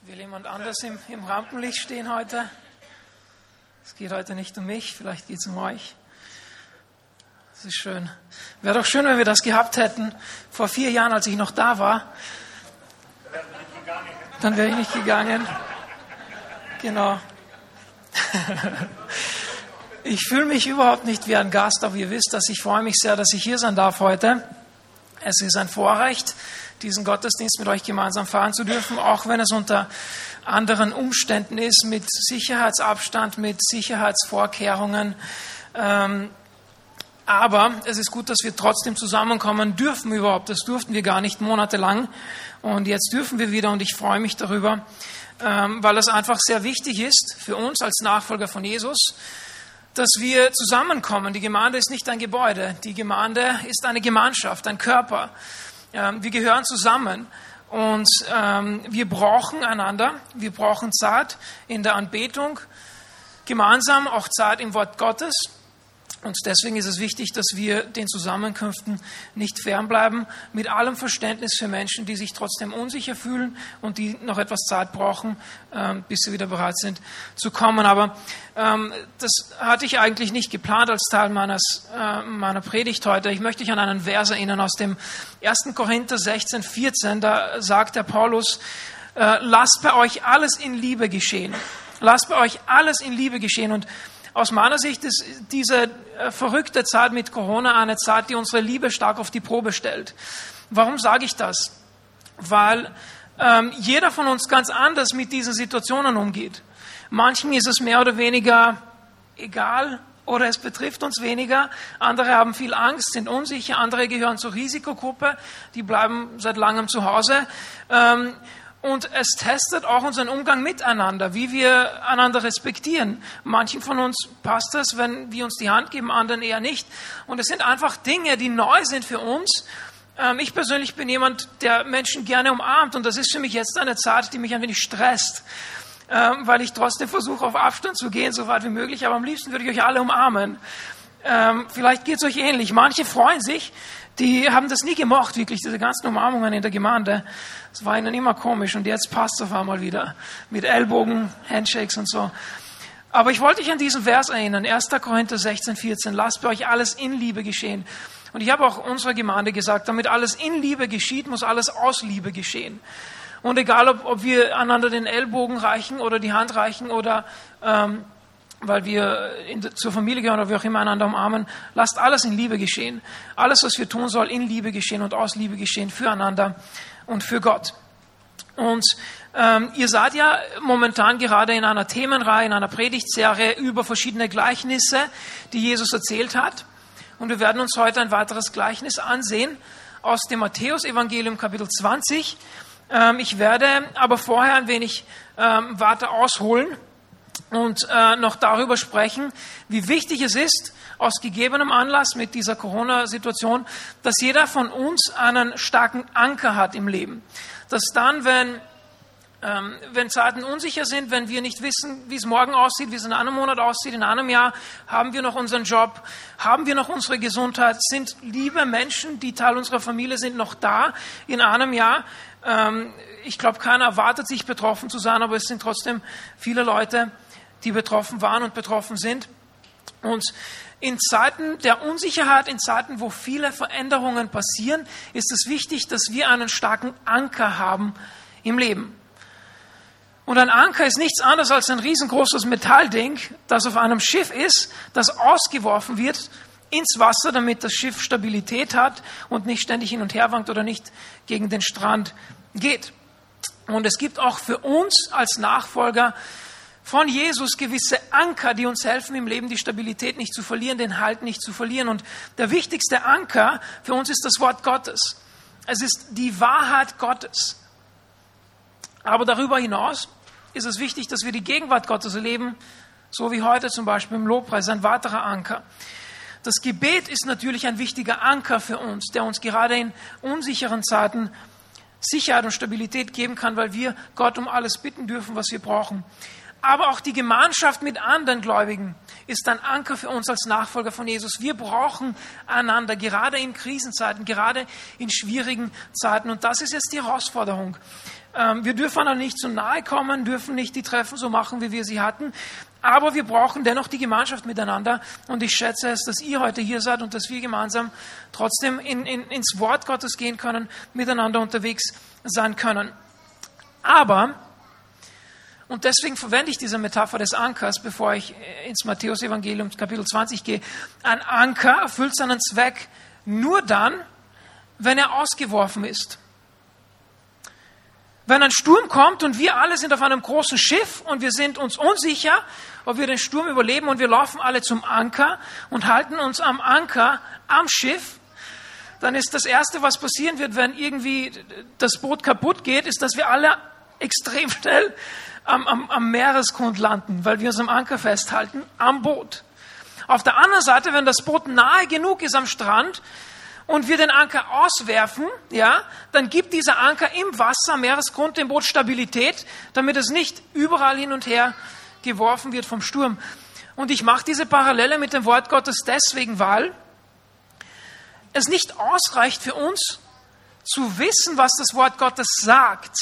Will jemand anders im Rampenlicht stehen heute? Es geht heute nicht um mich, vielleicht geht es um euch. Das ist schön. Wäre doch schön, wenn wir das gehabt hätten vor 4 Jahren, als ich noch da war. Dann wäre ich nicht gegangen. Genau. Ich fühle mich überhaupt nicht wie ein Gast, aber ihr wisst, dass ich freue mich sehr, dass ich hier sein darf heute. Es ist ein Vorrecht, diesen Gottesdienst mit euch gemeinsam feiern zu dürfen, auch wenn es unter anderen Umständen ist, mit Sicherheitsabstand, mit Sicherheitsvorkehrungen. Aber es ist gut, dass wir trotzdem zusammenkommen dürfen überhaupt. Das durften wir gar nicht monatelang. Und jetzt dürfen wir wieder und ich freue mich darüber, weil es einfach sehr wichtig ist für uns als Nachfolger von Jesus, dass wir zusammenkommen. Die Gemeinde ist nicht ein Gebäude. Die Gemeinde ist eine Gemeinschaft, ein Körper. Wir gehören zusammen und wir brauchen einander. Wir brauchen Zeit in der Anbetung, gemeinsam auch Zeit im Wort Gottes. Und deswegen ist es wichtig, dass wir den Zusammenkünften nicht fernbleiben, mit allem Verständnis für Menschen, die sich trotzdem unsicher fühlen und die noch etwas Zeit brauchen, bis sie wieder bereit sind zu kommen. Aber das hatte ich eigentlich nicht geplant als Teil meiner Predigt heute. Ich möchte euch an einen Vers erinnern aus dem 1. Korinther 16, 14. Da sagt der Paulus, lasst bei euch alles in Liebe geschehen. Lasst bei euch alles in Liebe geschehen. Und aus meiner Sicht ist diese verrückte Zeit mit Corona eine Zeit, die unsere Liebe stark auf die Probe stellt. Warum sage ich das? Weil jeder von uns ganz anders mit diesen Situationen umgeht. Manchen ist es mehr oder weniger egal oder es betrifft uns weniger. Andere haben viel Angst, sind unsicher. Andere gehören zur Risikogruppe, die bleiben seit langem zu Hause. Und es testet auch unseren Umgang miteinander, wie wir einander respektieren. Manchen von uns passt es, wenn wir uns die Hand geben, anderen eher nicht. Und es sind einfach Dinge, die neu sind für uns. Ich persönlich bin jemand, der Menschen gerne umarmt. Und das ist für mich jetzt eine Zeit, die mich ein wenig stresst, weil ich trotzdem versuche, auf Abstand zu gehen, so weit wie möglich. Aber am liebsten würde ich euch alle umarmen. Vielleicht geht es euch ähnlich. Manche freuen sich. Die haben das nie gemocht, wirklich, diese ganzen Umarmungen in der Gemeinde. Das war ihnen immer komisch und jetzt passt es auf einmal wieder mit Ellbogen, Handshakes und so. Aber ich wollte dich an diesen Vers erinnern, 1. Korinther 16, 14. Lasst bei euch alles in Liebe geschehen. Und ich habe auch unserer Gemeinde gesagt, damit alles in Liebe geschieht, muss alles aus Liebe geschehen. Und egal, ob wir einander den Ellbogen reichen oder die Hand reichen oder weil wir zur Familie gehören oder wir auch immer einander umarmen, lasst alles in Liebe geschehen. Alles, was wir tun, soll in Liebe geschehen und aus Liebe geschehen füreinander und für Gott. Und ihr seid ja momentan gerade in einer Themenreihe, in einer Predigtserie über verschiedene Gleichnisse, die Jesus erzählt hat. Und wir werden uns heute ein weiteres Gleichnis ansehen aus dem Matthäus-Evangelium, Kapitel 20. Ich werde aber vorher ein wenig weiter ausholen und noch darüber sprechen, wie wichtig es ist, aus gegebenem Anlass mit dieser Corona-Situation, dass jeder von uns einen starken Anker hat im Leben. Dass dann, wenn Zeiten unsicher sind, wenn wir nicht wissen, wie es morgen aussieht, wie es in einem Monat aussieht, in einem Jahr, haben wir noch unseren Job, haben wir noch unsere Gesundheit, sind liebe Menschen, die Teil unserer Familie sind, noch da in einem Jahr. Ich glaube, keiner erwartet sich betroffen zu sein, aber es sind trotzdem viele Leute, die betroffen waren und betroffen sind. Und in Zeiten der Unsicherheit, in Zeiten, wo viele Veränderungen passieren, ist es wichtig, dass wir einen starken Anker haben im Leben. Und ein Anker ist nichts anderes als ein riesengroßes Metallding, das auf einem Schiff ist, das ausgeworfen wird ins Wasser, damit das Schiff Stabilität hat und nicht ständig hin und her wankt oder nicht gegen den Strand geht. Und es gibt auch für uns als Nachfolger von Jesus gewisse Anker, die uns helfen, im Leben die Stabilität nicht zu verlieren, den Halt nicht zu verlieren. Und der wichtigste Anker für uns ist das Wort Gottes. Es ist die Wahrheit Gottes. Aber darüber hinaus ist es wichtig, dass wir die Gegenwart Gottes erleben, so wie heute zum Beispiel im Lobpreis, ein weiterer Anker. Das Gebet ist natürlich ein wichtiger Anker für uns, der uns gerade in unsicheren Zeiten Sicherheit und Stabilität geben kann, weil wir Gott um alles bitten dürfen, was wir brauchen. Aber auch die Gemeinschaft mit anderen Gläubigen ist ein Anker für uns als Nachfolger von Jesus. Wir brauchen einander, gerade in Krisenzeiten, gerade in schwierigen Zeiten. Und das ist jetzt die Herausforderung. Wir dürfen einander nicht zu nahe kommen, dürfen nicht die Treffen so machen, wie wir sie hatten. Aber wir brauchen dennoch die Gemeinschaft miteinander. Und ich schätze es, dass ihr heute hier seid und dass wir gemeinsam trotzdem ins Wort Gottes gehen können, miteinander unterwegs sein können. Aber, und deswegen verwende ich diese Metapher des Ankers, bevor ich ins Matthäus-Evangelium Kapitel 20 gehe. Ein Anker erfüllt seinen Zweck nur dann, wenn er ausgeworfen ist. Wenn ein Sturm kommt und wir alle sind auf einem großen Schiff und wir sind uns unsicher, ob wir den Sturm überleben und wir laufen alle zum Anker und halten uns am Anker, am Schiff, dann ist das Erste, was passieren wird, wenn irgendwie das Boot kaputt geht, ist, dass wir alle extrem schnell am Meeresgrund landen, weil wir uns am Anker festhalten, am Boot. Auf der anderen Seite, wenn das Boot nahe genug ist am Strand und wir den Anker auswerfen, ja, dann gibt dieser Anker im Wasser, am Meeresgrund, dem Boot Stabilität, damit es nicht überall hin und her geworfen wird vom Sturm. Und ich mache diese Parallele mit dem Wort Gottes deswegen, weil es nicht ausreicht für uns zu wissen, was das Wort Gottes sagt,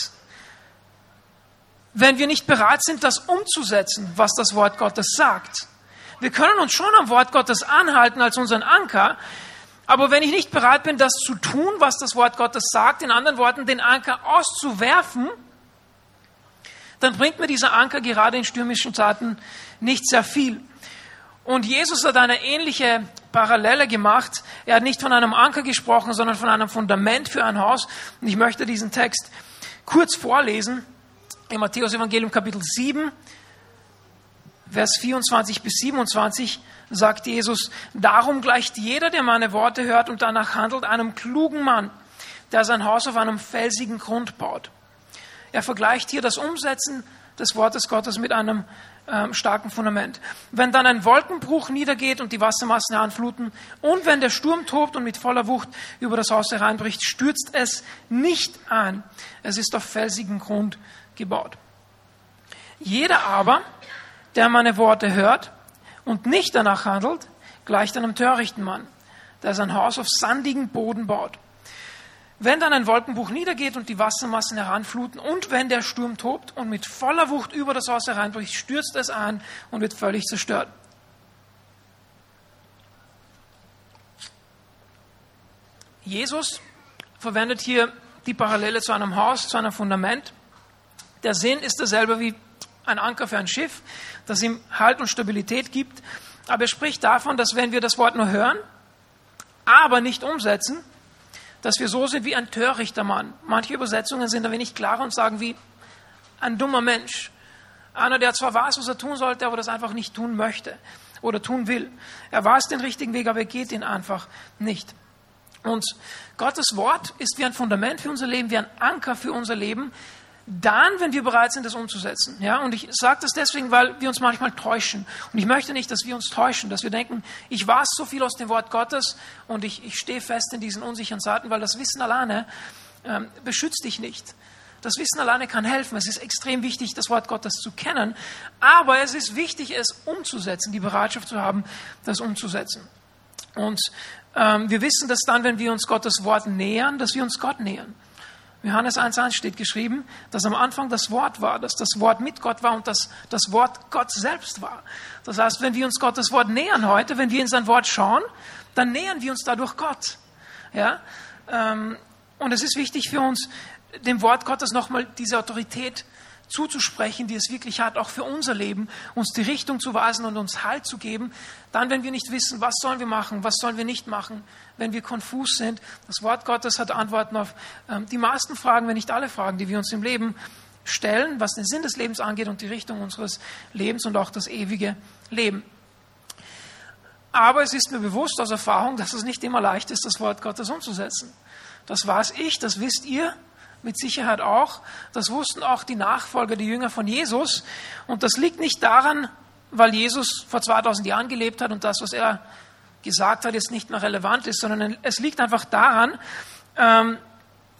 wenn wir nicht bereit sind, das umzusetzen, was das Wort Gottes sagt. Wir können uns schon am Wort Gottes anhalten als unseren Anker, aber wenn ich nicht bereit bin, das zu tun, was das Wort Gottes sagt, in anderen Worten, den Anker auszuwerfen, dann bringt mir dieser Anker gerade in stürmischen Zeiten nicht sehr viel. Und Jesus hat eine ähnliche Parallele gemacht. Er hat nicht von einem Anker gesprochen, sondern von einem Fundament für ein Haus. Und ich möchte diesen Text kurz vorlesen. Im Matthäus-Evangelium Kapitel 7, Vers 24 bis 27 sagt Jesus: Darum gleicht jeder, der meine Worte hört und danach handelt, einem klugen Mann, der sein Haus auf einem felsigen Grund baut. Er vergleicht hier das Umsetzen des Wortes Gottes mit einem starken Fundament. Wenn dann ein Wolkenbruch niedergeht und die Wassermassen heranfluten und wenn der Sturm tobt und mit voller Wucht über das Haus hereinbricht, stürzt es nicht ein. Es ist auf felsigen Grund gebaut. Jeder aber, der meine Worte hört und nicht danach handelt, gleicht einem törichten Mann, der sein Haus auf sandigen Boden baut. Wenn dann ein Wolkenbruch niedergeht und die Wassermassen heranfluten und wenn der Sturm tobt und mit voller Wucht über das Haus hereinbricht, stürzt es ein und wird völlig zerstört. Jesus verwendet hier die Parallele zu einem Haus, zu einem Fundament. Der Sinn ist derselbe wie ein Anker für ein Schiff, das ihm Halt und Stabilität gibt. Aber er spricht davon, dass wenn wir das Wort nur hören, aber nicht umsetzen, dass wir so sind wie ein törichter Mann. Manche Übersetzungen sind ein wenig klarer und sagen wie ein dummer Mensch. Einer, der zwar weiß, was er tun sollte, aber das einfach nicht tun möchte oder tun will. Er weiß den richtigen Weg, aber er geht ihn einfach nicht. Und Gottes Wort ist wie ein Fundament für unser Leben, wie ein Anker für unser Leben, dann, wenn wir bereit sind, das umzusetzen. Ja, und ich sage das deswegen, weil wir uns manchmal täuschen. Und ich möchte nicht, dass wir uns täuschen, dass wir denken, ich weiß so viel aus dem Wort Gottes und ich stehe fest in diesen unsicheren Zeiten, weil das Wissen alleine beschützt dich nicht. Das Wissen alleine kann helfen. Es ist extrem wichtig, das Wort Gottes zu kennen, aber es ist wichtig, es umzusetzen, die Bereitschaft zu haben, das umzusetzen. Und wir wissen, dass dann, wenn wir uns Gottes Wort nähern, dass wir uns Gott nähern. Johannes 1,1 steht geschrieben, dass am Anfang das Wort war, dass das Wort mit Gott war und dass das Wort Gott selbst war. Das heißt, wenn wir uns Gottes Wort nähern heute, wenn wir in sein Wort schauen, dann nähern wir uns dadurch Gott. Ja? Und es ist wichtig für uns, dem Wort Gottes nochmal diese Autorität zuzusprechen, die es wirklich hat, auch für unser Leben, uns die Richtung zu weisen und uns Halt zu geben. Dann, wenn wir nicht wissen, was sollen wir machen, was sollen wir nicht machen, wenn wir konfus sind. Das Wort Gottes hat Antworten auf die meisten Fragen, wenn nicht alle Fragen, die wir uns im Leben stellen, was den Sinn des Lebens angeht und die Richtung unseres Lebens und auch das ewige Leben. Aber es ist mir bewusst aus Erfahrung, dass es nicht immer leicht ist, das Wort Gottes umzusetzen. Das weiß ich, das wisst ihr mit Sicherheit auch. Das wussten auch die Nachfolger, die Jünger von Jesus. Und das liegt nicht daran, weil Jesus vor 2000 Jahren gelebt hat und das, was er gesagt hat, jetzt nicht mehr relevant ist, sondern es liegt einfach daran,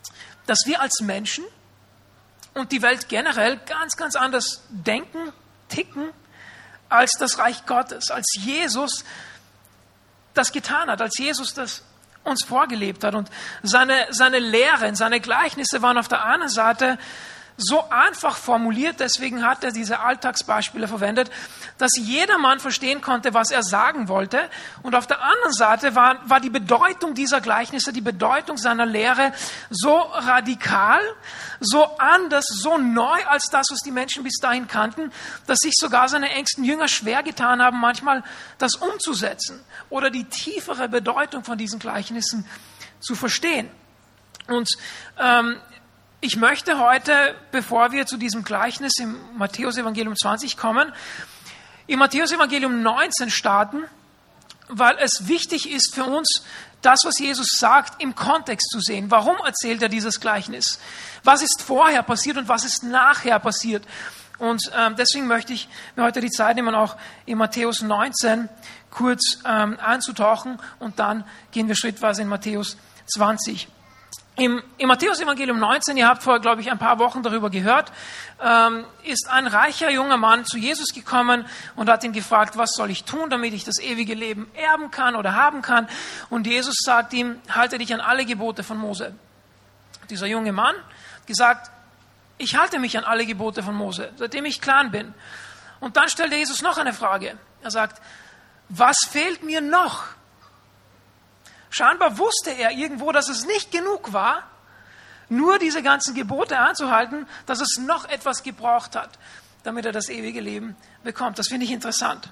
dass wir als Menschen und die Welt generell ganz, ganz anders denken, ticken als das Reich Gottes, als Jesus das getan hat, als Jesus das uns vorgelebt hat. Und seine Lehren, seine Gleichnisse waren auf der einen Seite so einfach formuliert, deswegen hat er diese Alltagsbeispiele verwendet, dass jedermann verstehen konnte, was er sagen wollte. Und auf der anderen Seite war die Bedeutung dieser Gleichnisse, die Bedeutung seiner Lehre so radikal, so anders, so neu als das, was die Menschen bis dahin kannten, dass sich sogar seine engsten Jünger schwer getan haben, manchmal das umzusetzen oder die tiefere Bedeutung von diesen Gleichnissen zu verstehen. Und ich möchte heute, bevor wir zu diesem Gleichnis im Matthäus-Evangelium 20 kommen, im Matthäus-Evangelium 19 starten, weil es wichtig ist für uns, das, was Jesus sagt, im Kontext zu sehen. Warum erzählt er dieses Gleichnis? Was ist vorher passiert und was ist nachher passiert? Und deswegen möchte ich mir heute die Zeit nehmen, auch in Matthäus 19 kurz einzutauchen, und dann gehen wir schrittweise in Matthäus 20. Im Matthäus-Evangelium 19, ihr habt vor, glaube ich, ein paar Wochen darüber gehört, ist ein reicher junger Mann zu Jesus gekommen und hat ihn gefragt, was soll ich tun, damit ich das ewige Leben erben kann oder haben kann? Und Jesus sagt ihm, halte dich an alle Gebote von Mose. Dieser junge Mann hat gesagt, ich halte mich an alle Gebote von Mose, seitdem ich klein bin. Und dann stellt Jesus noch eine Frage. Er sagt, was fehlt mir noch? Scheinbar wusste er irgendwo, dass es nicht genug war, nur diese ganzen Gebote einzuhalten, dass es noch etwas gebraucht hat, damit er das ewige Leben bekommt. Das finde ich interessant.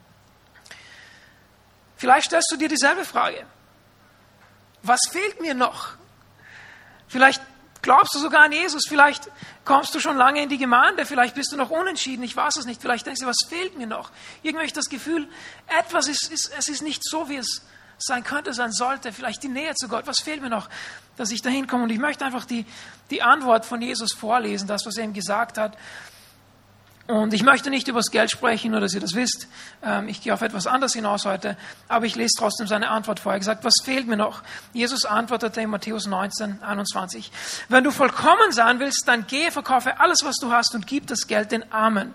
Vielleicht stellst du dir dieselbe Frage. Was fehlt mir noch? Vielleicht glaubst du sogar an Jesus, vielleicht kommst du schon lange in die Gemeinde, vielleicht bist du noch unentschieden, ich weiß es nicht. Vielleicht denkst du, was fehlt mir noch? Irgendwie habe ich das Gefühl, etwas ist nicht so, wie es sein könnte, sein sollte, vielleicht die Nähe zu Gott. Was fehlt mir noch, dass ich dahin komme? Und ich möchte einfach die Antwort von Jesus vorlesen, das, was er ihm gesagt hat. Und ich möchte nicht über das Geld sprechen, nur dass ihr das wisst. Ich gehe auf etwas anderes hinaus heute, aber ich lese trotzdem seine Antwort vor. Er hat gesagt, was fehlt mir noch? Jesus antwortete in Matthäus 19, 21. Wenn du vollkommen sein willst, dann gehe, verkaufe alles, was du hast und gib das Geld den Armen.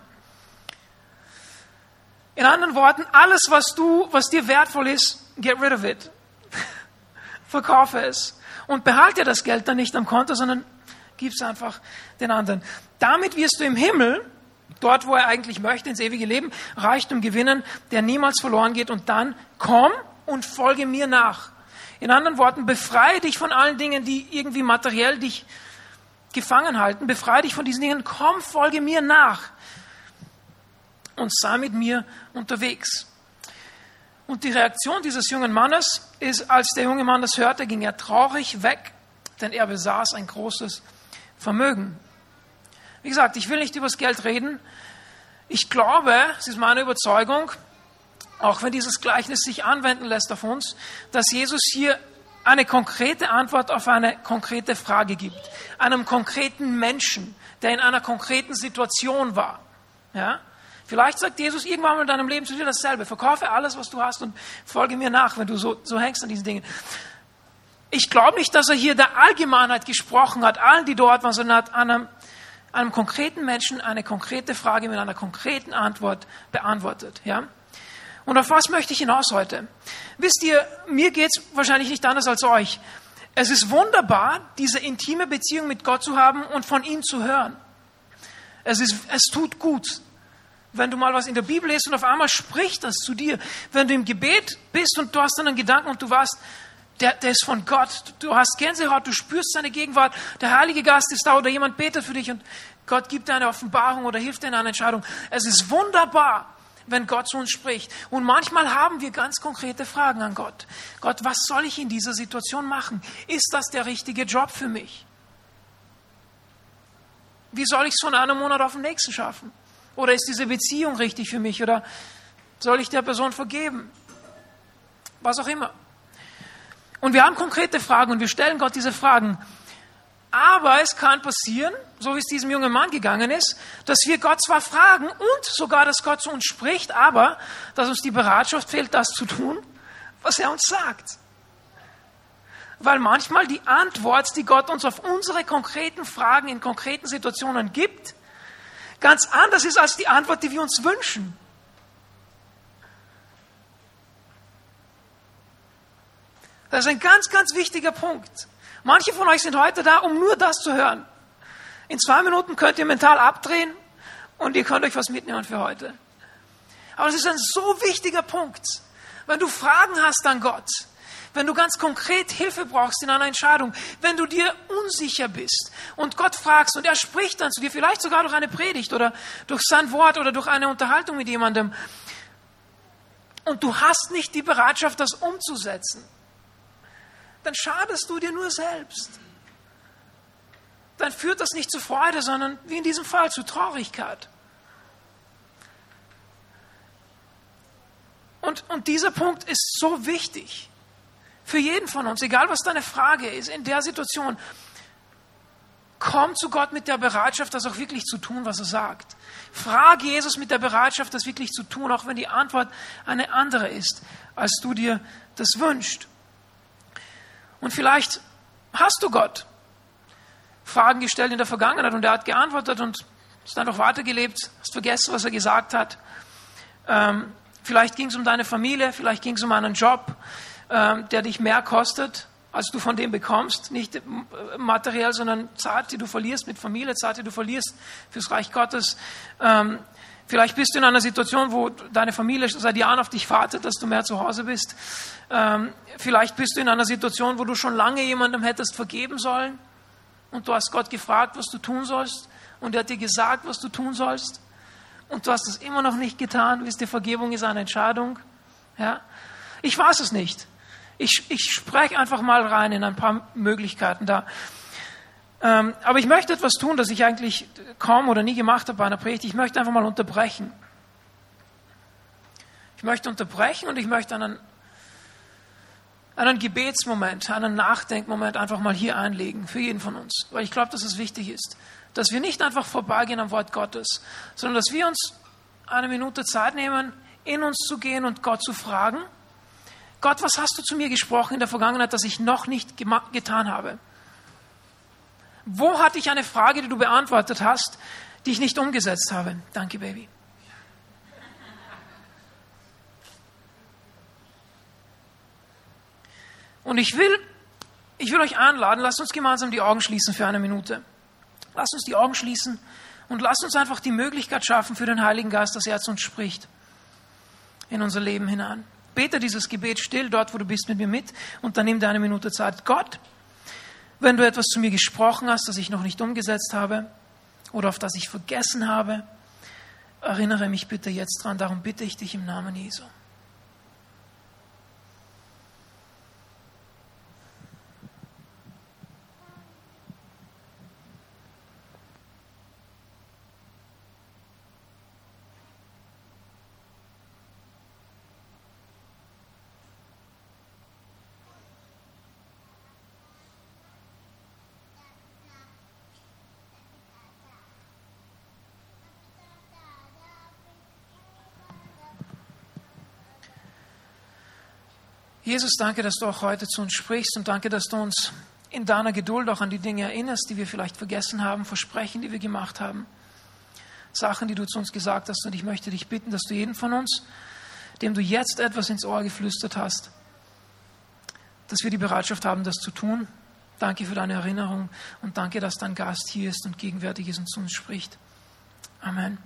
In anderen Worten, alles, was dir wertvoll ist, get rid of it. Verkaufe es. Und behalte das Geld dann nicht am Konto, sondern gib es einfach den anderen. Damit wirst du im Himmel, dort wo er eigentlich möchte, ins ewige Leben, Reichtum gewinnen, der niemals verloren geht. Und dann komm und folge mir nach. In anderen Worten, befreie dich von allen Dingen, die irgendwie materiell dich gefangen halten. Befreie dich von diesen Dingen. Komm, folge mir nach. Und sei mit mir unterwegs. Und die Reaktion dieses jungen Mannes ist, als der junge Mann das hörte, ging er traurig weg, denn er besaß ein großes Vermögen. Wie gesagt, ich will nicht über das Geld reden. Ich glaube, es ist meine Überzeugung, auch wenn dieses Gleichnis sich anwenden lässt auf uns, dass Jesus hier eine konkrete Antwort auf eine konkrete Frage gibt. Einem konkreten Menschen, der in einer konkreten Situation war. Ja? Vielleicht sagt Jesus irgendwann mal in deinem Leben zu dir dasselbe. Verkaufe alles, was du hast und folge mir nach, wenn du so hängst an diesen Dingen. Ich glaube nicht, dass er hier der Allgemeinheit gesprochen hat, allen, die dort waren, sondern hat einem konkreten Menschen eine konkrete Frage mit einer konkreten Antwort beantwortet. Ja? Und auf was möchte ich hinaus heute? Wisst ihr, mir geht es wahrscheinlich nicht anders als euch. Es ist wunderbar, diese intime Beziehung mit Gott zu haben und von ihm zu hören. Es tut gut. Wenn du mal was in der Bibel liest und auf einmal spricht das zu dir. Wenn du im Gebet bist und du hast dann einen Gedanken und du weißt, der ist von Gott. Du hast Gänsehaut, du spürst seine Gegenwart. Der Heilige Geist ist da oder jemand betet für dich und Gott gibt dir eine Offenbarung oder hilft dir in einer Entscheidung. Es ist wunderbar, wenn Gott zu uns spricht. Und manchmal haben wir ganz konkrete Fragen an Gott. Gott, was soll ich in dieser Situation machen? Ist das der richtige Job für mich? Wie soll ich es von einem Monat auf den nächsten schaffen? Oder ist diese Beziehung richtig für mich? Oder soll ich der Person vergeben? Was auch immer. Und wir haben konkrete Fragen und wir stellen Gott diese Fragen. Aber es kann passieren, so wie es diesem jungen Mann gegangen ist, dass wir Gott zwar fragen und sogar, dass Gott zu uns spricht, aber dass uns die Bereitschaft fehlt, das zu tun, was er uns sagt. Weil manchmal die Antwort, die Gott uns auf unsere konkreten Fragen in konkreten Situationen gibt, ganz anders ist als die Antwort, die wir uns wünschen. Das ist ein ganz, ganz wichtiger Punkt. Manche von euch sind heute da, um nur das zu hören. In 2 Minuten könnt ihr mental abdrehen und ihr könnt euch was mitnehmen für heute. Aber es ist ein so wichtiger Punkt. Wenn du Fragen hast an Gott, wenn du ganz konkret Hilfe brauchst in einer Entscheidung, wenn du dir unsicher bist und Gott fragst und er spricht dann zu dir, vielleicht sogar durch eine Predigt oder durch sein Wort oder durch eine Unterhaltung mit jemandem, und du hast nicht die Bereitschaft, das umzusetzen, dann schadest du dir nur selbst. Dann führt das nicht zu Freude, sondern wie in diesem Fall zu Traurigkeit. Und dieser Punkt ist so wichtig für jeden von uns, egal was deine Frage ist, in der Situation. Komm zu Gott mit der Bereitschaft, das auch wirklich zu tun, was er sagt. Frage Jesus mit der Bereitschaft, das wirklich zu tun, auch wenn die Antwort eine andere ist, als du dir das wünschst. Und vielleicht hast du Gott Fragen gestellt in der Vergangenheit und er hat geantwortet und hast einfach weitergelebt, hast vergessen, was er gesagt hat. Vielleicht ging es um deine Familie, vielleicht ging es um einen Job, der dich mehr kostet, als du von dem bekommst. Nicht materiell, sondern Zeit, die du verlierst mit Familie, Zeit, die du verlierst fürs Reich Gottes. Vielleicht bist du in einer Situation, wo deine Familie seit Jahren auf dich wartet, dass du mehr zu Hause bist. Vielleicht bist du in einer Situation, wo du schon lange jemandem hättest vergeben sollen und du hast Gott gefragt, was du tun sollst und er hat dir gesagt, was du tun sollst und du hast es immer noch nicht getan. Wisst ihr, Vergebung ist eine Entscheidung. Ja? Ich weiß es nicht. Ich spreche einfach mal rein in ein paar Möglichkeiten da. Aber ich möchte etwas tun, das ich eigentlich kaum oder nie gemacht habe bei einer Predigt. Ich möchte einfach mal unterbrechen. Ich möchte unterbrechen und ich möchte einen Gebetsmoment, einen Nachdenkmoment einfach mal hier einlegen für jeden von uns. Weil ich glaube, dass es wichtig ist, dass wir nicht einfach vorbeigehen am Wort Gottes, sondern dass wir uns eine Minute Zeit nehmen, in uns zu gehen und Gott zu fragen: Gott, was hast du zu mir gesprochen in der Vergangenheit, das ich noch nicht getan habe? Wo hatte ich eine Frage, die du beantwortet hast, die ich nicht umgesetzt habe? Danke, Baby. Und ich will euch einladen, lasst uns gemeinsam die Augen schließen für eine Minute. Lasst uns die Augen schließen und lasst uns einfach die Möglichkeit schaffen für den Heiligen Geist, dass er zu uns spricht in unser Leben hinein. Bete dieses Gebet still, dort wo du bist, mit mir mit, und dann nimm dir eine Minute Zeit. Gott, wenn du etwas zu mir gesprochen hast, das ich noch nicht umgesetzt habe oder auf das ich vergessen habe, erinnere mich bitte jetzt dran. Darum bitte ich dich im Namen Jesu. Jesus, danke, dass du auch heute zu uns sprichst und danke, dass du uns in deiner Geduld auch an die Dinge erinnerst, die wir vielleicht vergessen haben, Versprechen, die wir gemacht haben, Sachen, die du zu uns gesagt hast. Und ich möchte dich bitten, dass du jeden von uns, dem du jetzt etwas ins Ohr geflüstert hast, dass wir die Bereitschaft haben, das zu tun. Danke für deine Erinnerung und danke, dass dein Geist hier ist und gegenwärtig ist und zu uns spricht. Amen.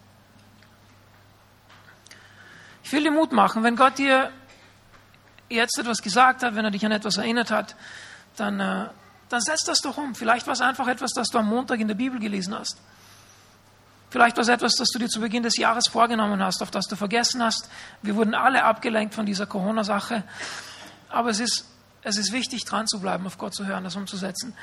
Ich will dir Mut machen, wenn Gott dir jetzt etwas gesagt hat, wenn er dich an etwas erinnert hat, dann setz das doch um. Vielleicht war es einfach etwas, das du am Montag in der Bibel gelesen hast. Vielleicht war es etwas, das du dir zu Beginn des Jahres vorgenommen hast, auf das du vergessen hast. Wir wurden alle abgelenkt von dieser Corona-Sache. Aber es ist wichtig, dran zu bleiben, auf Gott zu hören, das umzusetzen.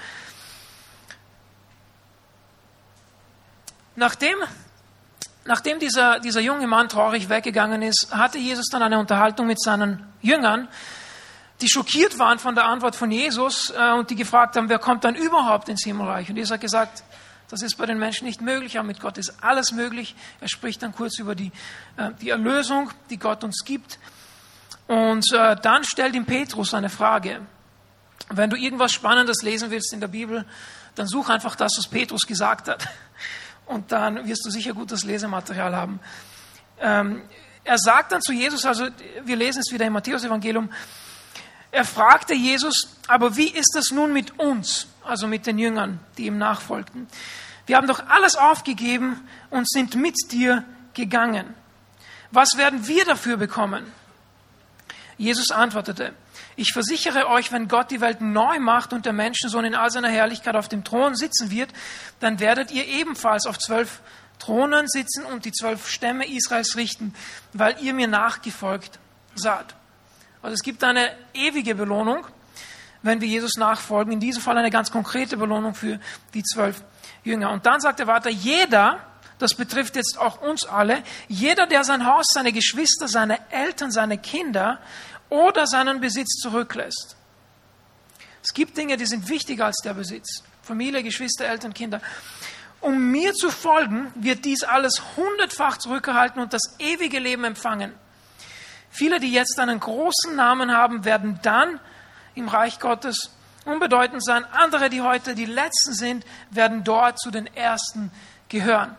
Nachdem dieser junge Mann traurig weggegangen ist, hatte Jesus dann eine Unterhaltung mit seinen Jüngern, die schockiert waren von der Antwort von Jesus und die gefragt haben, wer kommt dann überhaupt ins Himmelreich? Und Jesus hat gesagt, das ist bei den Menschen nicht möglich, aber mit Gott ist alles möglich. Er spricht dann kurz über die Erlösung, die Gott uns gibt. Und dann stellt ihm Petrus eine Frage. Wenn du irgendwas Spannendes lesen willst in der Bibel, dann such einfach das, was Petrus gesagt hat. und dann wirst du sicher gutes Lesematerial haben. Er sagt dann zu Jesus, also wir lesen es wieder im Matthäus-Evangelium, er fragte Jesus, aber wie ist es nun mit uns, also mit den Jüngern, die ihm nachfolgten? Wir haben doch alles aufgegeben und sind mit dir gegangen. Was werden wir dafür bekommen? Jesus antwortete, ich versichere euch, wenn Gott die Welt neu macht und der Menschensohn in all seiner Herrlichkeit auf dem Thron sitzen wird, dann werdet ihr ebenfalls auf 12 Thronen sitzen und die 12 Stämme Israels richten, weil ihr mir nachgefolgt seid. Also es gibt eine ewige Belohnung, wenn wir Jesus nachfolgen. In diesem Fall eine ganz konkrete Belohnung für die 12 Jünger. Und dann sagt er weiter, jeder, das betrifft jetzt auch uns alle, jeder, der sein Haus, seine Geschwister, seine Eltern, seine Kinder oder seinen Besitz zurücklässt. Es gibt Dinge, die sind wichtiger als der Besitz. Familie, Geschwister, Eltern, Kinder. Um mir zu folgen, wird dies alles 100-fach zurückerhalten und das ewige Leben empfangen. Viele, die jetzt einen großen Namen haben, werden dann im Reich Gottes unbedeutend sein. Andere, die heute die Letzten sind, werden dort zu den Ersten gehören.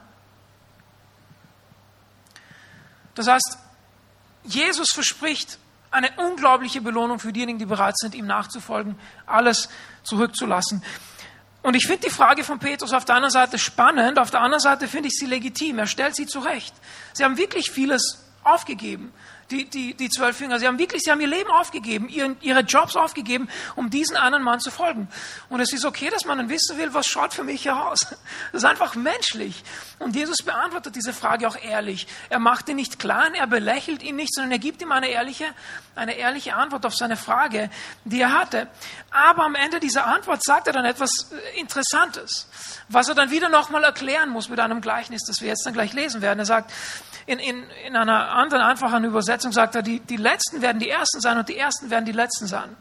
Das heißt, Jesus verspricht eine unglaubliche Belohnung für diejenigen, die bereit sind, ihm nachzufolgen, alles zurückzulassen. Und ich finde die Frage von Petrus auf der einen Seite spannend, auf der anderen Seite finde ich sie legitim. Er stellt sie zurecht. Sie haben wirklich vieles aufgegeben. Die 12 Jünger, sie haben ihr Leben aufgegeben, ihre Jobs aufgegeben, um diesen einen Mann zu folgen. Und es ist okay, dass man dann wissen will, was schaut für mich heraus. Das ist einfach menschlich. Und Jesus beantwortet diese Frage auch ehrlich. Er macht ihn nicht klein, er belächelt ihn nicht, sondern er gibt ihm eine ehrliche Antwort auf seine Frage, die er hatte. Aber am Ende dieser Antwort sagt er dann etwas Interessantes, was er dann wieder nochmal erklären muss mit einem Gleichnis, das wir jetzt dann gleich lesen werden. Er sagt, in einer anderen, einfachen Übersetzung sagt er, die Letzten werden die Ersten sein und die Ersten werden die Letzten sein.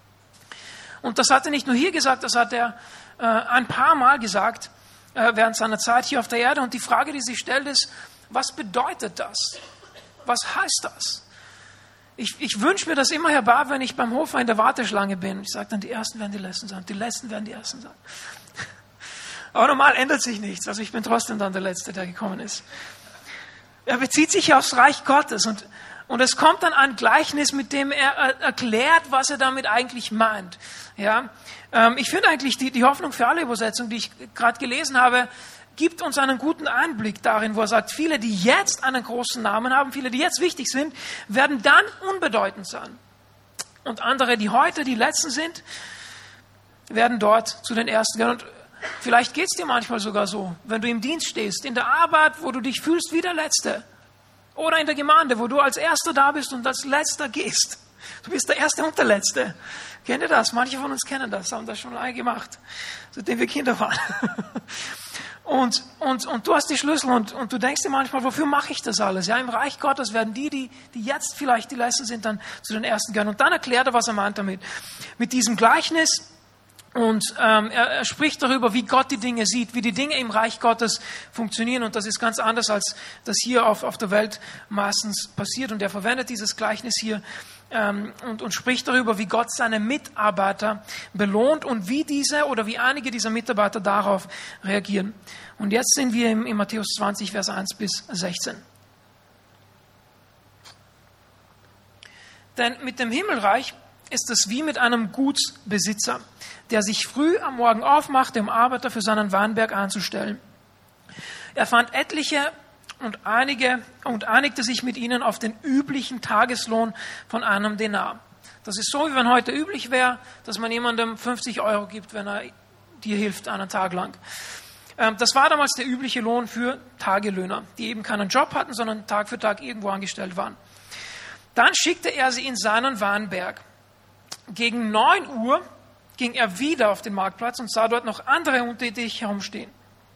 Und das hat er nicht nur hier gesagt, das hat er ein paar Mal gesagt während seiner Zeit hier auf der Erde. Und die Frage, die sich stellt, ist, was bedeutet das? Was heißt das? Ich wünsche mir das immer herbei, wenn ich beim Hofer in der Warteschlange bin. Ich sage dann, die Ersten werden die Letzten sein, die Letzten werden die Ersten sein. Aber normal ändert sich nichts. Also ich bin trotzdem dann der Letzte, der gekommen ist. Er bezieht sich aufs Reich Gottes und es kommt dann ein Gleichnis, mit dem er erklärt, was er damit eigentlich meint. Ja, ich finde eigentlich die Hoffnung für alle Übersetzungen, die ich gerade gelesen habe, gibt uns einen guten Einblick darin, wo er sagt, viele, die jetzt einen großen Namen haben, viele, die jetzt wichtig sind, werden dann unbedeutend sein. Und andere, die heute die Letzten sind, werden dort zu den Ersten gehören. Und vielleicht geht es dir manchmal sogar so, wenn du im Dienst stehst, in der Arbeit, wo du dich fühlst wie der Letzte. Oder in der Gemeinde, wo du als Erster da bist und als Letzter gehst. Du bist der Erste und der Letzte. Kennt ihr das? Manche von uns kennen das, haben das schon lange gemacht, seitdem wir Kinder waren. Und du hast die Schlüssel und du denkst dir manchmal, wofür mache ich das alles? Ja, im Reich Gottes werden die jetzt vielleicht die Letzten sind, dann zu den Ersten gehören. Und dann erklärt er, was er meint damit. Mit diesem Gleichnis. Und er spricht darüber, wie Gott die Dinge sieht, wie die Dinge im Reich Gottes funktionieren. Und das ist ganz anders, als das hier auf der Welt meistens passiert. Und er verwendet dieses Gleichnis hier und spricht darüber, wie Gott seine Mitarbeiter belohnt und wie diese oder wie einige dieser Mitarbeiter darauf reagieren. Und jetzt sind wir in Matthäus 20, Vers 1 bis 16. Denn mit dem Himmelreich ist es wie mit einem Gutsbesitzer, der sich früh am Morgen aufmachte, um Arbeiter für seinen Weinberg einzustellen. Er fand etliche und einigte sich mit ihnen auf den üblichen Tageslohn von einem Denar. Das ist so, wie wenn heute üblich wäre, dass man jemandem 50 € gibt, wenn er dir hilft, einen Tag lang. Das war damals der übliche Lohn für Tagelöhner, die eben keinen Job hatten, sondern Tag für Tag irgendwo angestellt waren. Dann schickte er sie in seinen Weinberg. Gegen 9 Uhr ging er wieder auf den Marktplatz und sah dort noch andere untätig herumstehen.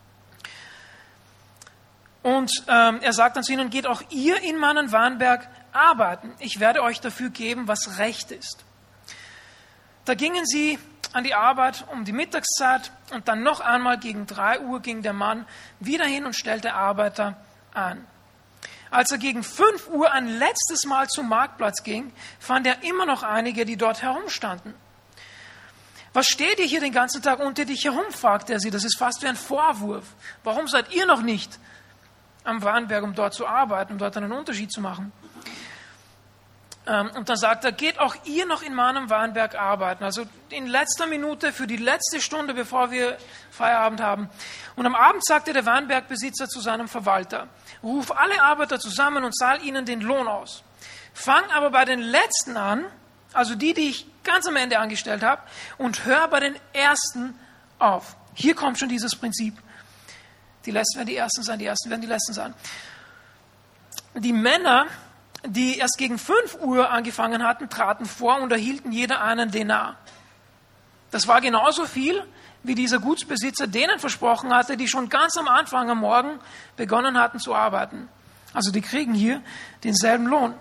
Und er sagt dann zu ihnen, geht auch ihr in meinen Weinberg arbeiten. Ich werde euch dafür geben, was recht ist. Da gingen sie an die Arbeit um die Mittagszeit und dann noch einmal gegen 3 Uhr ging der Mann wieder hin und stellte Arbeiter an. Als er gegen 5 Uhr ein letztes Mal zum Marktplatz ging, fand er immer noch einige, die dort herumstanden. Was steht ihr hier den ganzen Tag unter dich herum, fragt er sie. Das ist fast wie ein Vorwurf. Warum seid ihr noch nicht am Weinberg, um dort zu arbeiten, um dort einen Unterschied zu machen? Und dann sagt er, geht auch ihr noch in meinem Weinberg arbeiten. Also in letzter Minute, für die letzte Stunde, bevor wir Feierabend haben. Und am Abend sagte der Weinbergbesitzer zu seinem Verwalter, ruf alle Arbeiter zusammen und zahl ihnen den Lohn aus. Fang aber bei den Letzten an, also die ich ganz am Ende angestellt habe, und hör bei den Ersten auf. Hier kommt schon dieses Prinzip. Die Letzten werden die Ersten sein, die Ersten werden die Letzten sein. Die Männer, die erst gegen 5 Uhr angefangen hatten, traten vor und erhielten jeder einen Denar. Das war genauso viel, wie dieser Gutsbesitzer denen versprochen hatte, die schon ganz am Anfang am Morgen begonnen hatten zu arbeiten. Also die kriegen hier denselben Lohn.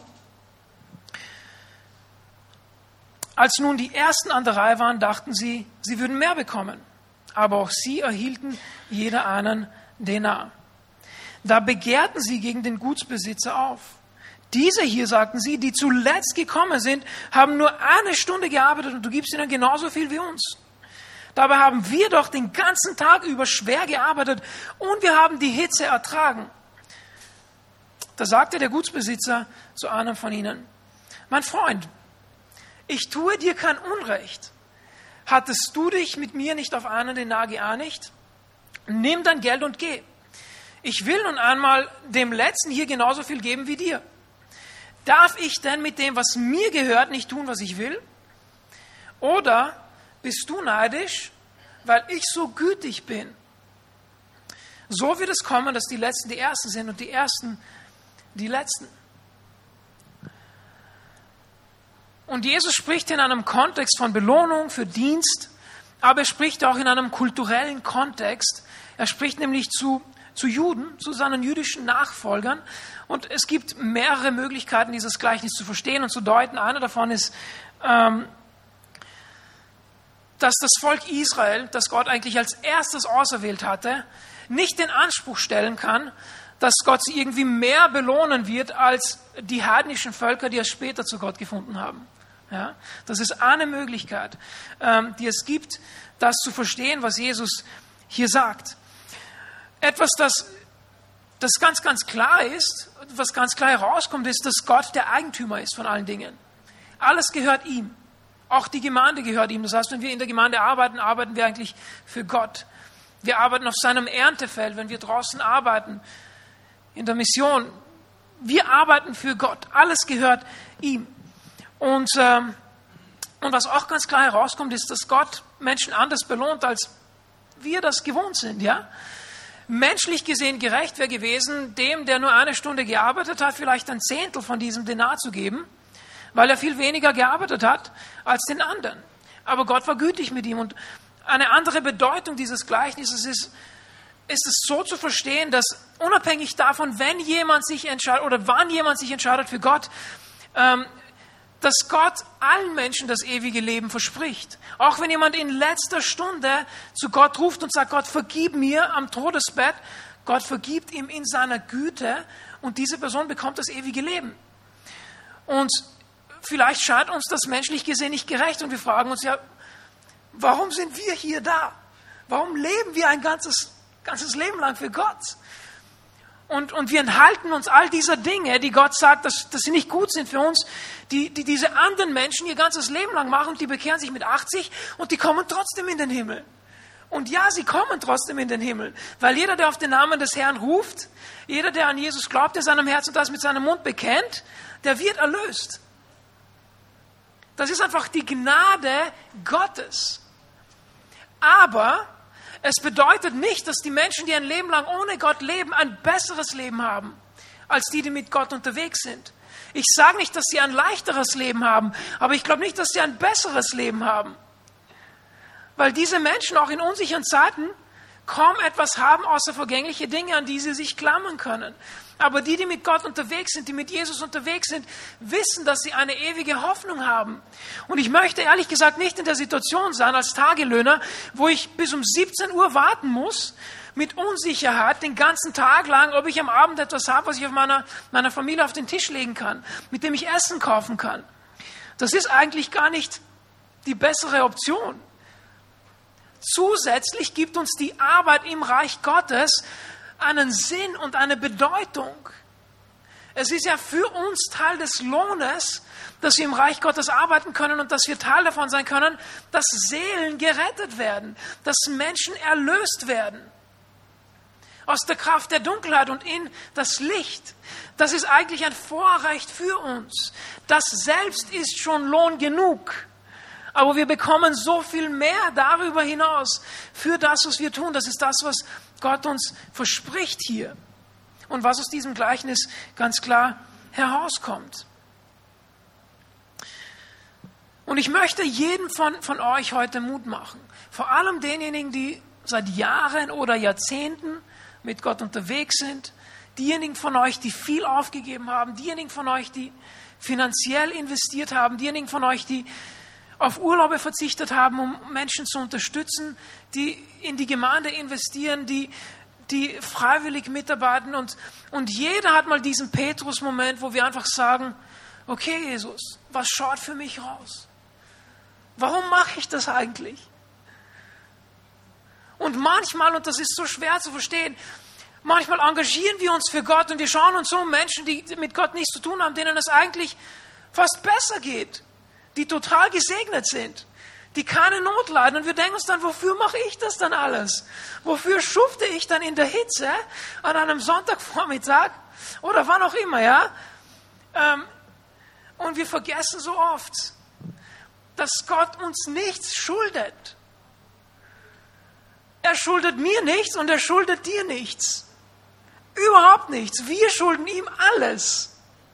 Als nun die Ersten an der Reihe waren, dachten sie, sie würden mehr bekommen. Aber auch sie erhielten jeder einen Denar. Da begehrten sie gegen den Gutsbesitzer auf. Diese hier, sagten sie, die zuletzt gekommen sind, haben nur 1 Stunde gearbeitet und du gibst ihnen genauso viel wie uns. Dabei haben wir doch den ganzen Tag über schwer gearbeitet und wir haben die Hitze ertragen. Da sagte der Gutsbesitzer zu einem von ihnen, mein Freund, ich tue dir kein Unrecht. Hattest du dich mit mir nicht auf einen Denar geeinigt? Nimm dein Geld und geh. Ich will nun einmal dem Letzten hier genauso viel geben wie dir. Darf ich denn mit dem, was mir gehört, nicht tun, was ich will? Oder bist du neidisch, weil ich so gütig bin? So wird es kommen, dass die Letzten die Ersten sind und die Ersten die Letzten. Und Jesus spricht in einem Kontext von Belohnung für Dienst, aber er spricht auch in einem kulturellen Kontext. Er spricht nämlich zu Juden, zu seinen jüdischen Nachfolgern. Und es gibt mehrere Möglichkeiten, dieses Gleichnis zu verstehen und zu deuten. Eine davon ist, dass das Volk Israel, das Gott eigentlich als erstes auserwählt hatte, nicht den Anspruch stellen kann, dass Gott sie irgendwie mehr belohnen wird als die heidnischen Völker, die es später zu Gott gefunden haben. Ja, das ist eine Möglichkeit, die es gibt, das zu verstehen, was Jesus hier sagt. Etwas, das ganz, ganz klar ist, was ganz klar herauskommt, ist, dass Gott der Eigentümer ist von allen Dingen. Alles gehört ihm. Auch die Gemeinde gehört ihm. Das heißt, wenn wir in der Gemeinde arbeiten, arbeiten wir eigentlich für Gott. Wir arbeiten auf seinem Erntefeld, wenn wir draußen arbeiten, in der Mission. Wir arbeiten für Gott. Alles gehört ihm. Und was auch ganz klar herauskommt, ist, dass Gott Menschen anders belohnt, als wir das gewohnt sind. Ja? Menschlich gesehen gerecht wäre gewesen, dem, der nur 1 Stunde gearbeitet hat, vielleicht 1/10 von diesem Denar zu geben, weil er viel weniger gearbeitet hat als den anderen. Aber Gott war gütig mit ihm. Und eine andere Bedeutung dieses Gleichnisses ist es so zu verstehen, dass unabhängig davon, wenn jemand sich entscheidet oder wann jemand sich entscheidet für Gott, dass Gott allen Menschen das ewige Leben verspricht. Auch wenn jemand in letzter Stunde zu Gott ruft und sagt, Gott, vergib mir am Todesbett, Gott vergibt ihm in seiner Güte und diese Person bekommt das ewige Leben. Und vielleicht scheint uns das menschlich gesehen nicht gerecht und wir fragen uns ja, warum sind wir hier da? Warum leben wir ein ganzes Leben lang für Gott? Und wir enthalten uns all dieser Dinge, die Gott sagt, dass sie nicht gut sind für uns, die diese anderen Menschen ihr ganzes Leben lang machen und die bekehren sich mit 80 und die kommen trotzdem in den Himmel. Und ja, sie kommen trotzdem in den Himmel, weil jeder, der auf den Namen des Herrn ruft, jeder, der an Jesus glaubt, in seinem Herzen und das mit seinem Mund bekennt, der wird erlöst. Das ist einfach die Gnade Gottes. Aber es bedeutet nicht, dass die Menschen, die ein Leben lang ohne Gott leben, ein besseres Leben haben, als die mit Gott unterwegs sind. Ich sage nicht, dass sie ein leichteres Leben haben, aber ich glaube nicht, dass sie ein besseres Leben haben. Weil diese Menschen auch in unsicheren Zeiten kaum etwas haben, außer vergängliche Dinge, an die sie sich klammern können. Aber die mit Gott unterwegs sind, die mit Jesus unterwegs sind, wissen, dass sie eine ewige Hoffnung haben. Und ich möchte ehrlich gesagt nicht in der Situation sein als Tagelöhner, wo ich bis um 17 Uhr warten muss, mit Unsicherheit den ganzen Tag lang, ob ich am Abend etwas habe, was ich auf meiner Familie auf den Tisch legen kann, mit dem ich Essen kaufen kann. Das ist eigentlich gar nicht die bessere Option. zusätzlich gibt uns die Arbeit im Reich Gottes einen Sinn und eine Bedeutung. Es ist ja für uns Teil des Lohnes, dass wir im Reich Gottes arbeiten können und dass wir Teil davon sein können, dass Seelen gerettet werden, dass Menschen erlöst werden aus der Kraft der Dunkelheit und in das Licht. Das ist eigentlich ein Vorrecht für uns. Das selbst ist schon Lohn genug. Aber wir bekommen so viel mehr darüber hinaus für das, was wir tun. Das ist das, was Gott uns verspricht hier. Und was aus diesem Gleichnis ganz klar herauskommt. Und ich möchte jedem von euch heute Mut machen. Vor allem denjenigen, die seit Jahren oder Jahrzehnten mit Gott unterwegs sind. Diejenigen von euch, die viel aufgegeben haben. Diejenigen von euch, die finanziell investiert haben. Diejenigen von euch, die auf Urlaube verzichtet haben, um Menschen zu unterstützen. Die in die Gemeinde investieren, die freiwillig mitarbeiten. Und jeder hat mal diesen Petrus-Moment, wo wir einfach sagen, okay Jesus, was schaut für mich raus? Warum mache ich das eigentlich? Und manchmal, und das ist so schwer zu verstehen, manchmal engagieren wir uns für Gott und wir schauen uns um Menschen, die mit Gott nichts zu tun haben, denen es eigentlich fast besser geht, die total gesegnet sind, die keine Not leiden. Und wir denken uns dann, wofür mache ich das dann alles? Wofür schufte ich dann in der Hitze an einem Sonntagvormittag oder wann auch immer, ja? Und wir vergessen so oft, dass Gott uns nichts schuldet. Er schuldet mir nichts und er schuldet dir nichts. Überhaupt nichts. Wir schulden ihm alles.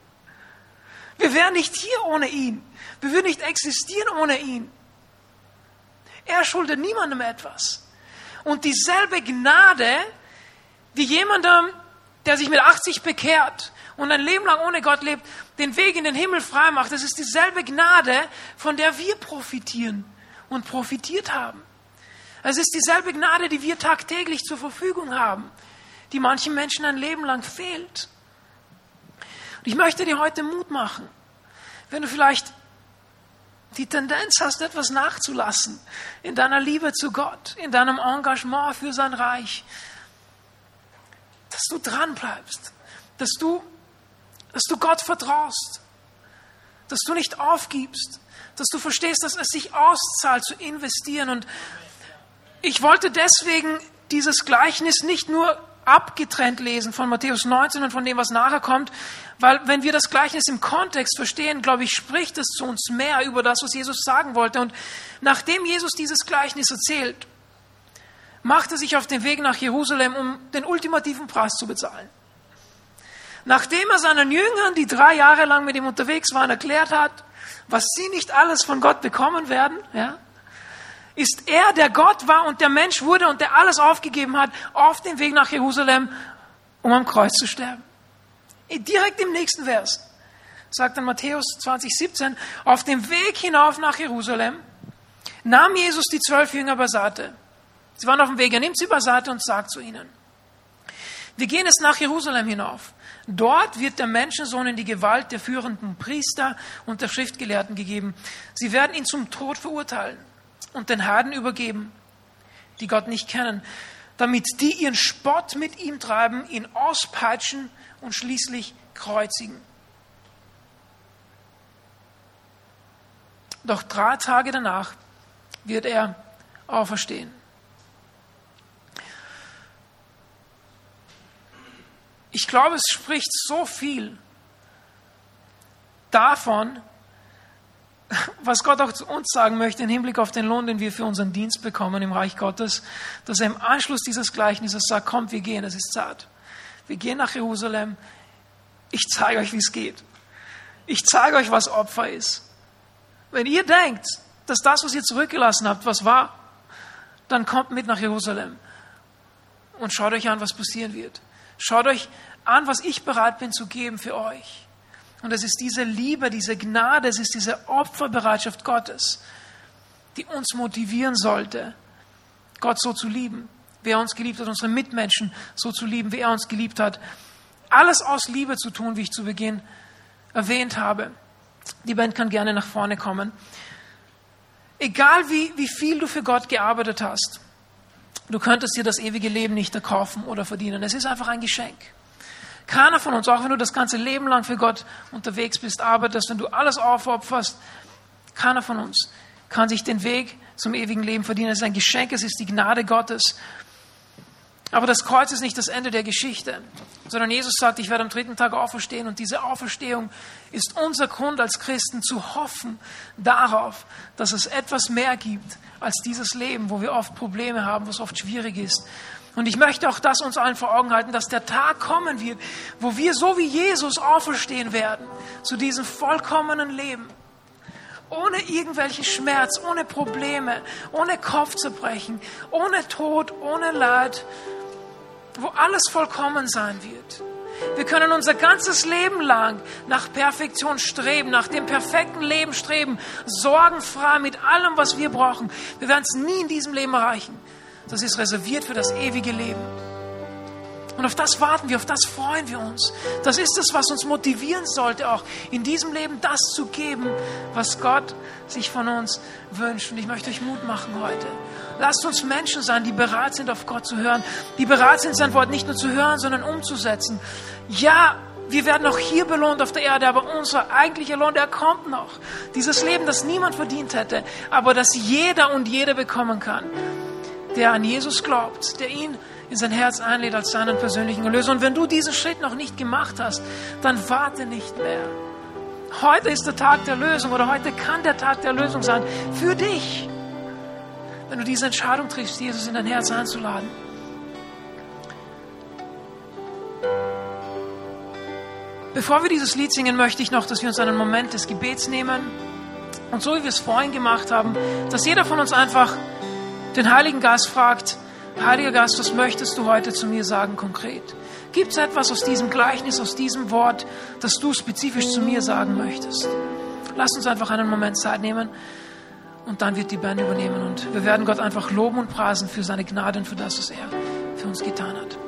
Wir wären nicht hier ohne ihn. Wir würden nicht existieren ohne ihn. Er schuldet niemandem etwas. Und dieselbe Gnade, wie jemandem, der sich mit 80 bekehrt und ein Leben lang ohne Gott lebt, den Weg in den Himmel frei macht, das ist dieselbe Gnade, von der wir profitieren und profitiert haben. Es ist dieselbe Gnade, die wir tagtäglich zur Verfügung haben, die manchen Menschen ein Leben lang fehlt. Und ich möchte dir heute Mut machen, wenn du vielleicht die Tendenz hast, etwas nachzulassen in deiner Liebe zu Gott, in deinem Engagement für sein Reich, dass du dran bleibst, dass du Gott vertraust, dass du nicht aufgibst, dass du verstehst, dass es sich auszahlt, zu investieren. Und ich wollte deswegen dieses Gleichnis nicht nur abgetrennt lesen von Matthäus 19 und von dem, was nachher kommt, weil wenn wir das Gleichnis im Kontext verstehen, glaube ich, spricht es zu uns mehr über das, was Jesus sagen wollte. Und nachdem Jesus dieses Gleichnis erzählt, macht er sich auf den Weg nach Jerusalem, um den ultimativen Preis zu bezahlen. Nachdem er seinen Jüngern, die 3 Jahre lang mit ihm unterwegs waren, erklärt hat, was sie nicht alles von Gott bekommen werden, ja, ist er, der Gott war und der Mensch wurde und der alles aufgegeben hat, auf dem Weg nach Jerusalem, um am Kreuz zu sterben. Direkt im nächsten Vers sagt dann Matthäus 20,17, auf dem Weg hinauf nach Jerusalem nahm Jesus die 12 Jünger beiseite. Sie waren auf dem Weg, er nimmt sie beiseite und sagt zu ihnen, wir gehen jetzt nach Jerusalem hinauf. Dort wird der Menschensohn in die Gewalt der führenden Priester und der Schriftgelehrten gegeben. Sie werden ihn zum Tod verurteilen und den Heiden übergeben, die Gott nicht kennen, damit die ihren Spott mit ihm treiben, ihn auspeitschen und schließlich kreuzigen. Doch 3 Tage danach wird er auferstehen. Ich glaube, es spricht so viel davon, was Gott auch zu uns sagen möchte im Hinblick auf den Lohn, den wir für unseren Dienst bekommen im Reich Gottes, dass er im Anschluss dieses Gleichnisses sagt, kommt, wir gehen, es ist Zeit. Wir gehen nach Jerusalem. Ich zeige euch, wie es geht. Ich zeige euch, was Opfer ist. Wenn ihr denkt, dass das, was ihr zurückgelassen habt, was war, dann kommt mit nach Jerusalem und schaut euch an, was passieren wird. Schaut euch an, was ich bereit bin zu geben für euch. Und es ist diese Liebe, diese Gnade, es ist diese Opferbereitschaft Gottes, die uns motivieren sollte, Gott so zu lieben, wie er uns geliebt hat, unsere Mitmenschen so zu lieben, wie er uns geliebt hat. Alles aus Liebe zu tun, wie ich zu Beginn erwähnt habe. Die Band kann gerne nach vorne kommen. Egal wie viel du für Gott gearbeitet hast, du könntest dir das ewige Leben nicht erkaufen oder verdienen. Es ist einfach ein Geschenk. Keiner von uns, auch wenn du das ganze Leben lang für Gott unterwegs bist, arbeitest, wenn du alles aufopferst, keiner von uns kann sich den Weg zum ewigen Leben verdienen. Es ist ein Geschenk, es ist die Gnade Gottes. Aber das Kreuz ist nicht das Ende der Geschichte, sondern Jesus sagt, ich werde am 3. Tag auferstehen, und diese Auferstehung ist unser Grund als Christen zu hoffen darauf, dass es etwas mehr gibt als dieses Leben, wo wir oft Probleme haben, wo es oft schwierig ist. Und ich möchte auch das uns allen vor Augen halten, dass der Tag kommen wird, wo wir so wie Jesus auferstehen werden zu diesem vollkommenen Leben. Ohne irgendwelchen Schmerz, ohne Probleme, ohne Kopfzerbrechen, ohne Tod, ohne Leid, wo alles vollkommen sein wird. Wir können unser ganzes Leben lang nach Perfektion streben, nach dem perfekten Leben streben, sorgenfrei mit allem, was wir brauchen. Wir werden es nie in diesem Leben erreichen. Das ist reserviert für das ewige Leben. Und auf das warten wir, auf das freuen wir uns. Das ist es, was uns motivieren sollte, auch in diesem Leben das zu geben, was Gott sich von uns wünscht. Und ich möchte euch Mut machen heute. Lasst uns Menschen sein, die bereit sind, auf Gott zu hören, die bereit sind, sein Wort nicht nur zu hören, sondern umzusetzen. Ja, wir werden auch hier belohnt auf der Erde, aber unser eigentlicher Lohn, der kommt noch. Dieses Leben, das niemand verdient hätte, aber das jeder und jede bekommen kann, der an Jesus glaubt, der ihn in sein Herz einlädt als seinen persönlichen Erlöser. Und wenn du diesen Schritt noch nicht gemacht hast, dann warte nicht mehr. Heute ist der Tag der Lösung, oder heute kann der Tag der Lösung sein für dich, wenn du diese Entscheidung triffst, Jesus in dein Herz einzuladen. Bevor wir dieses Lied singen, möchte ich noch, dass wir uns einen Moment des Gebets nehmen und so wie wir es vorhin gemacht haben, dass jeder von uns einfach den Heiligen Geist fragt: Heiliger Geist, was möchtest du heute zu mir sagen konkret? Gibt es etwas aus diesem Gleichnis, aus diesem Wort, das du spezifisch zu mir sagen möchtest? Lass uns einfach einen Moment Zeit nehmen und dann wird die Band übernehmen und wir werden Gott einfach loben und preisen für seine Gnade und für das, was er für uns getan hat.